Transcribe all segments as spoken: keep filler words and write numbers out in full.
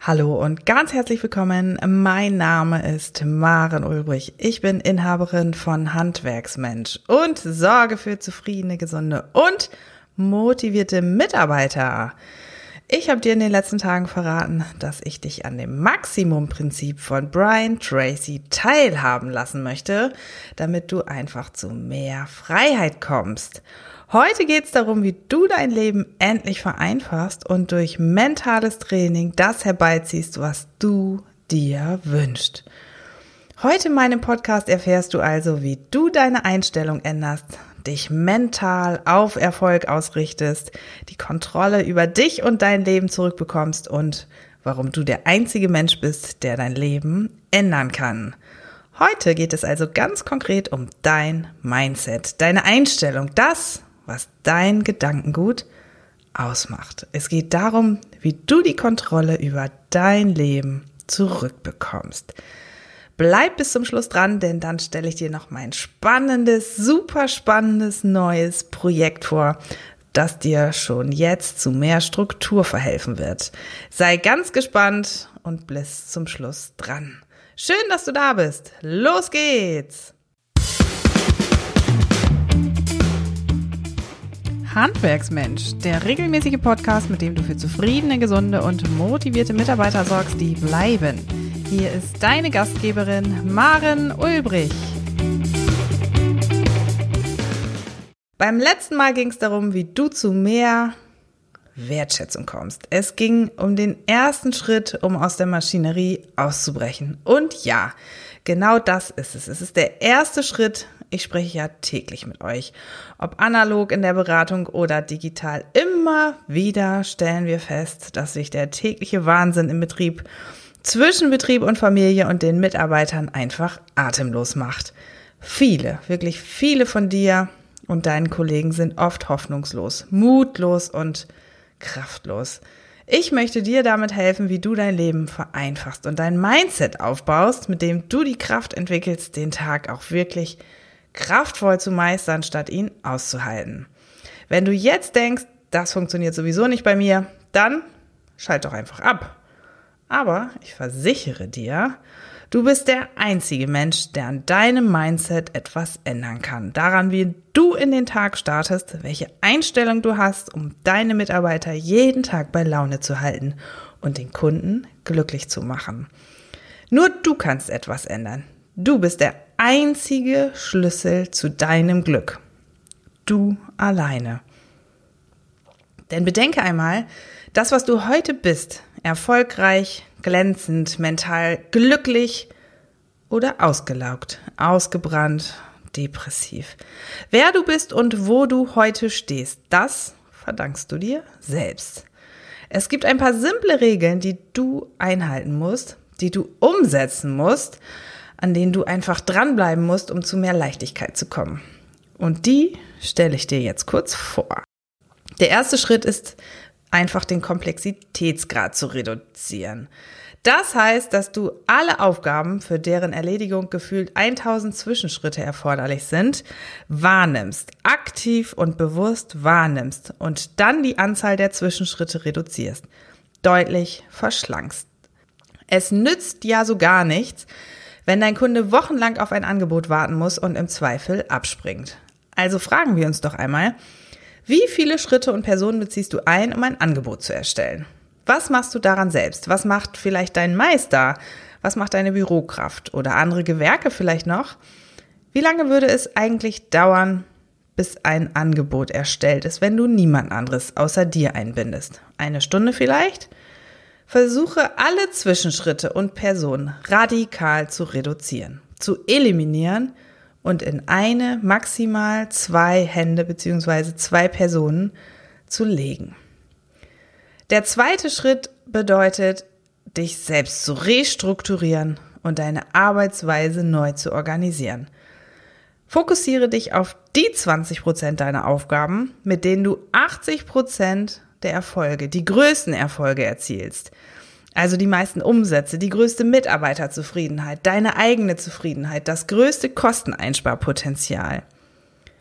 Hallo und ganz herzlich willkommen. Mein Name ist Maren Ulbrich. Ich bin Inhaberin von Handwerksmensch und sorge für zufriedene, gesunde und motivierte Mitarbeiter. Ich habe dir in den letzten Tagen verraten, dass ich dich an dem Maximumprinzip von Brian Tracy teilhaben lassen möchte, damit du einfach zu mehr Freiheit kommst. Heute geht es darum, wie du dein Leben endlich vereinfachst und durch mentales Training das herbeiziehst, was du dir wünschst. Heute in meinem Podcast erfährst du also, wie du deine Einstellung änderst, dich mental auf Erfolg ausrichtest, die Kontrolle über dich und dein Leben zurückbekommst und warum du der einzige Mensch bist, der dein Leben ändern kann. Heute geht es also ganz konkret um dein Mindset, deine Einstellung, das, was dein Gedankengut ausmacht. Es geht darum, wie du die Kontrolle über dein Leben zurückbekommst. Bleib bis zum Schluss dran, denn dann stelle ich dir noch mein spannendes, super spannendes neues Projekt vor, das dir schon jetzt zu mehr Struktur verhelfen wird. Sei ganz gespannt und bis zum Schluss dran. Schön, dass du da bist. Los geht's! Handwerksmensch, der regelmäßige Podcast, mit dem du für zufriedene, gesunde und motivierte Mitarbeiter sorgst, die bleiben. Hier ist deine Gastgeberin Maren Ulbrich. Beim letzten Mal ging es darum, wie du zu mehr Wertschätzung kommst. Es ging um den ersten Schritt, um aus der Maschinerie auszubrechen. Und ja, genau das ist es. Es ist der erste Schritt. Ich spreche ja täglich mit euch. Ob analog in der Beratung oder digital, immer wieder stellen wir fest, dass sich der tägliche Wahnsinn im Betrieb zwischen Betrieb und Familie und den Mitarbeitern einfach atemlos macht. Viele, wirklich viele von dir und deinen Kollegen sind oft hoffnungslos, mutlos und kraftlos. Ich möchte dir damit helfen, wie du dein Leben vereinfachst und dein Mindset aufbaust, mit dem du die Kraft entwickelst, den Tag auch wirklich kraftvoll zu meistern, statt ihn auszuhalten. Wenn du jetzt denkst, das funktioniert sowieso nicht bei mir, dann schalt doch einfach ab. Aber ich versichere dir, du bist der einzige Mensch, der an deinem Mindset etwas ändern kann. Daran, wie du in den Tag startest, welche Einstellung du hast, um deine Mitarbeiter jeden Tag bei Laune zu halten und den Kunden glücklich zu machen. Nur du kannst etwas ändern. Du bist der einzige Schlüssel zu deinem Glück. Du alleine. Denn bedenke einmal, das, was du heute bist, erfolgreich, glänzend, mental glücklich oder ausgelaugt, ausgebrannt, depressiv. Wer du bist und wo du heute stehst, das verdankst du dir selbst. Es gibt ein paar simple Regeln, die du einhalten musst, die du umsetzen musst, an denen du einfach dranbleiben musst, um zu mehr Leichtigkeit zu kommen. Und die stelle ich dir jetzt kurz vor. Der erste Schritt ist einfach den Komplexitätsgrad zu reduzieren. Das heißt, dass du alle Aufgaben, für deren Erledigung gefühlt tausend Zwischenschritte erforderlich sind, wahrnimmst, aktiv und bewusst wahrnimmst und dann die Anzahl der Zwischenschritte reduzierst, deutlich verschlankst. Es nützt ja so gar nichts, wenn dein Kunde wochenlang auf ein Angebot warten muss und im Zweifel abspringt. Also fragen wir uns doch einmal, wie viele Schritte und Personen beziehst du ein, um ein Angebot zu erstellen? Was machst du daran selbst? Was macht vielleicht dein Meister? Was macht deine Bürokraft oder andere Gewerke vielleicht noch? Wie lange würde es eigentlich dauern, bis ein Angebot erstellt ist, wenn du niemand anderes außer dir einbindest? Eine Stunde vielleicht? Versuche alle Zwischenschritte und Personen radikal zu reduzieren, zu eliminieren und in eine, maximal zwei Hände bzw. zwei Personen zu legen. Der zweite Schritt bedeutet, dich selbst zu restrukturieren und deine Arbeitsweise neu zu organisieren. Fokussiere dich auf die zwanzig Prozent deiner Aufgaben, mit denen du achtzig Prozent der Erfolge, die größten Erfolge erzielst. Also die meisten Umsätze, die größte Mitarbeiterzufriedenheit, deine eigene Zufriedenheit, das größte Kosteneinsparpotenzial.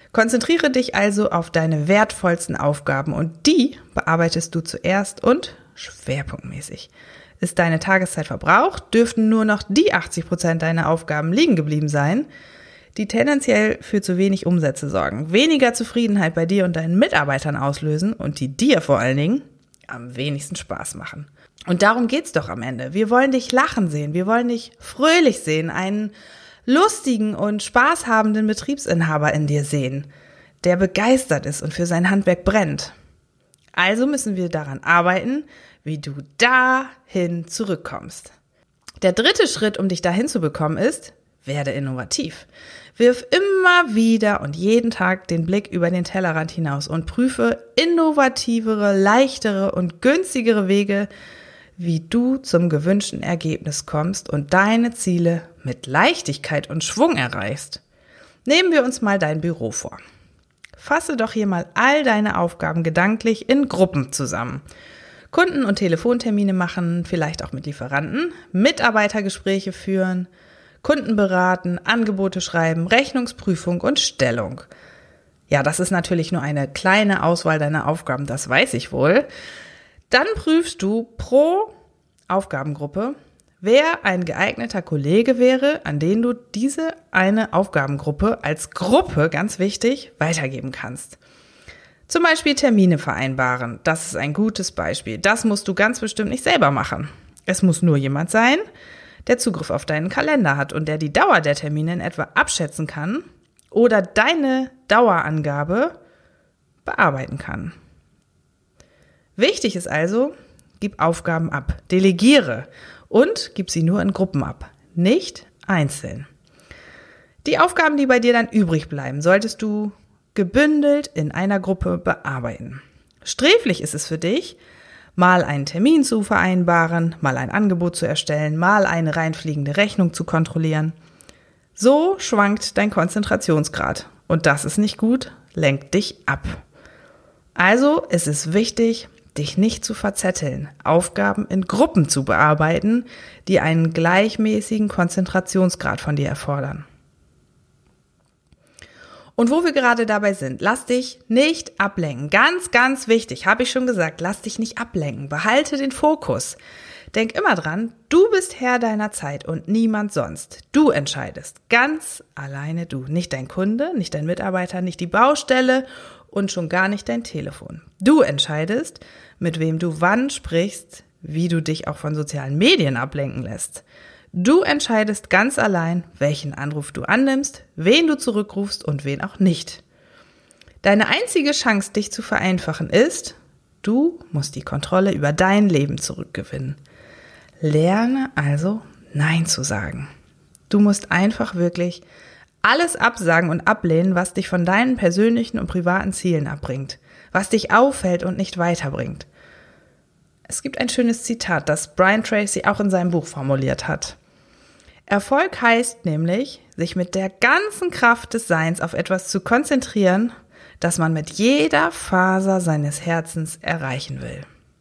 Konzentriere dich also auf deine wertvollsten Aufgaben und die bearbeitest du zuerst und schwerpunktmäßig. Ist deine Tageszeit verbraucht, dürften nur noch die achtzig Prozent deiner Aufgaben liegen geblieben sein, die tendenziell für zu wenig Umsätze sorgen, weniger Zufriedenheit bei dir und deinen Mitarbeitern auslösen und die dir vor allen Dingen am wenigsten Spaß machen. Und darum geht's doch am Ende. Wir wollen dich lachen sehen, wir wollen dich fröhlich sehen, einen lustigen und spaßhabenden Betriebsinhaber in dir sehen, der begeistert ist und für sein Handwerk brennt. Also müssen wir daran arbeiten, wie du dahin zurückkommst. Der dritte Schritt, um dich dahin zu bekommen, ist, werde innovativ. Wirf immer wieder und jeden Tag den Blick über den Tellerrand hinaus und prüfe innovativere, leichtere und günstigere Wege, wie du zum gewünschten Ergebnis kommst und deine Ziele mit Leichtigkeit und Schwung erreichst. Nehmen wir uns mal dein Büro vor. Fasse doch hier mal all deine Aufgaben gedanklich in Gruppen zusammen. Kunden- und Telefontermine machen, vielleicht auch mit Lieferanten, Mitarbeitergespräche führen, Kunden beraten, Angebote schreiben, Rechnungsprüfung und Stellung. Ja, das ist natürlich nur eine kleine Auswahl deiner Aufgaben, das weiß ich wohl. Dann prüfst du pro Aufgabengruppe, wer ein geeigneter Kollege wäre, an den du diese eine Aufgabengruppe als Gruppe, ganz wichtig, weitergeben kannst. Zum Beispiel Termine vereinbaren. Das ist ein gutes Beispiel. Das musst du ganz bestimmt nicht selber machen. Es muss nur jemand sein, der Zugriff auf deinen Kalender hat und der die Dauer der Termine in etwa abschätzen kann oder deine Dauerangabe bearbeiten kann. Wichtig ist also, gib Aufgaben ab, delegiere und gib sie nur in Gruppen ab, nicht einzeln. Die Aufgaben, die bei dir dann übrig bleiben, solltest du gebündelt in einer Gruppe bearbeiten. Sträflich ist es für dich, mal einen Termin zu vereinbaren, mal ein Angebot zu erstellen, mal eine reinfliegende Rechnung zu kontrollieren. So schwankt dein Konzentrationsgrad und das ist nicht gut, lenkt dich ab. Also es ist wichtig, dich nicht zu verzetteln, Aufgaben in Gruppen zu bearbeiten, die einen gleichmäßigen Konzentrationsgrad von dir erfordern. Und wo wir gerade dabei sind, lass dich nicht ablenken. Ganz, ganz wichtig, habe ich schon gesagt, lass dich nicht ablenken. Behalte den Fokus. Denk immer dran, du bist Herr deiner Zeit und niemand sonst. Du entscheidest, ganz alleine du. Nicht dein Kunde, nicht dein Mitarbeiter, nicht die Baustelle und schon gar nicht dein Telefon. Du entscheidest, mit wem du wann sprichst, wie du dich auch von sozialen Medien ablenken lässt. Du entscheidest ganz allein, welchen Anruf du annimmst, wen du zurückrufst und wen auch nicht. Deine einzige Chance, dich zu vereinfachen, ist, du musst die Kontrolle über dein Leben zurückgewinnen. Lerne also, Nein zu sagen. Du musst einfach wirklich alles absagen und ablehnen, was dich von deinen persönlichen und privaten Zielen abbringt, was dich auffällt und nicht weiterbringt. Es gibt ein schönes Zitat, das Brian Tracy auch in seinem Buch formuliert hat. Erfolg heißt nämlich, sich mit der ganzen Kraft des Seins auf etwas zu konzentrieren, das man mit jeder Faser seines Herzens erreichen will.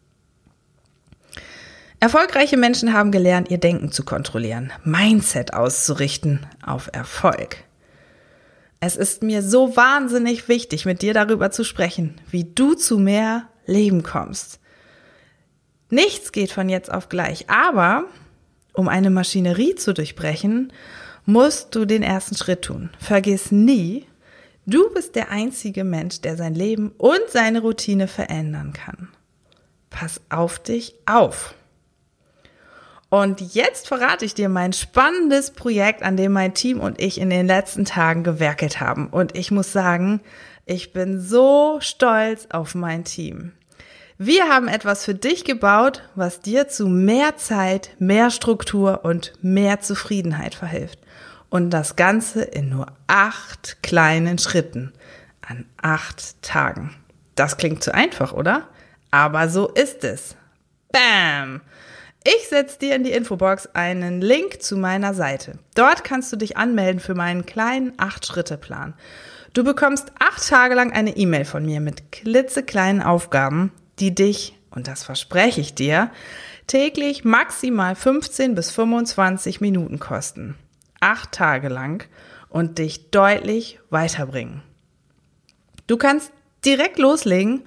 Erfolgreiche Menschen haben gelernt, ihr Denken zu kontrollieren, Mindset auszurichten auf Erfolg. Es ist mir so wahnsinnig wichtig, mit dir darüber zu sprechen, wie du zu mehr Leben kommst. Nichts geht von jetzt auf gleich, aber um eine Maschinerie zu durchbrechen, musst du den ersten Schritt tun. Vergiss nie, du bist der einzige Mensch, der sein Leben und seine Routine verändern kann. Pass auf dich auf. Und jetzt verrate ich dir mein spannendes Projekt, an dem mein Team und ich in den letzten Tagen gewerkelt haben. Und ich muss sagen, ich bin so stolz auf mein Team. Wir haben etwas für dich gebaut, was dir zu mehr Zeit, mehr Struktur und mehr Zufriedenheit verhilft. Und das Ganze in nur acht kleinen Schritten an acht Tagen. Das klingt zu einfach, oder? Aber so ist es. Bam! Ich setze dir in die Infobox einen Link zu meiner Seite. Dort kannst du dich anmelden für meinen kleinen acht-Schritte-Plan. Du bekommst acht Tage lang eine E-Mail von mir mit klitzekleinen Aufgaben, die dich, und das verspreche ich dir, täglich maximal fünfzehn bis fünfundzwanzig Minuten kosten. Acht Tage lang und dich deutlich weiterbringen. Du kannst direkt loslegen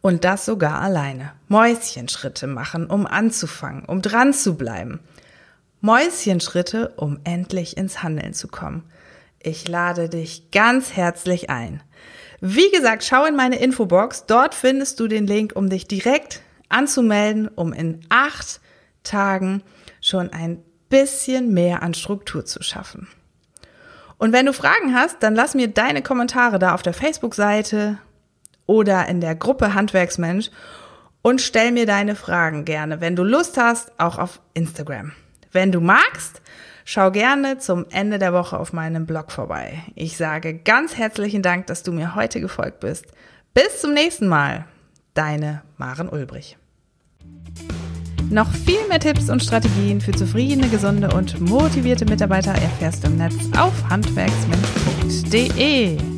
Und das sogar alleine. Mäuschenschritte machen, um anzufangen, um dran zu bleiben. Mäuschenschritte, um endlich ins Handeln zu kommen. Ich lade dich ganz herzlich ein. Wie gesagt, schau in meine Infobox. Dort findest du den Link, um dich direkt anzumelden, um in acht Tagen schon ein bisschen mehr an Struktur zu schaffen. Und wenn du Fragen hast, dann lass mir deine Kommentare da auf der Facebook-Seite oder in der Gruppe Handwerksmensch und stell mir deine Fragen gerne, wenn du Lust hast, auch auf Instagram. Wenn du magst, schau gerne zum Ende der Woche auf meinem Blog vorbei. Ich sage ganz herzlichen Dank, dass du mir heute gefolgt bist. Bis zum nächsten Mal. Deine Maren Ulbrich. Noch viel mehr Tipps und Strategien für zufriedene, gesunde und motivierte Mitarbeiter erfährst du im Netz auf handwerksmensch punkt de.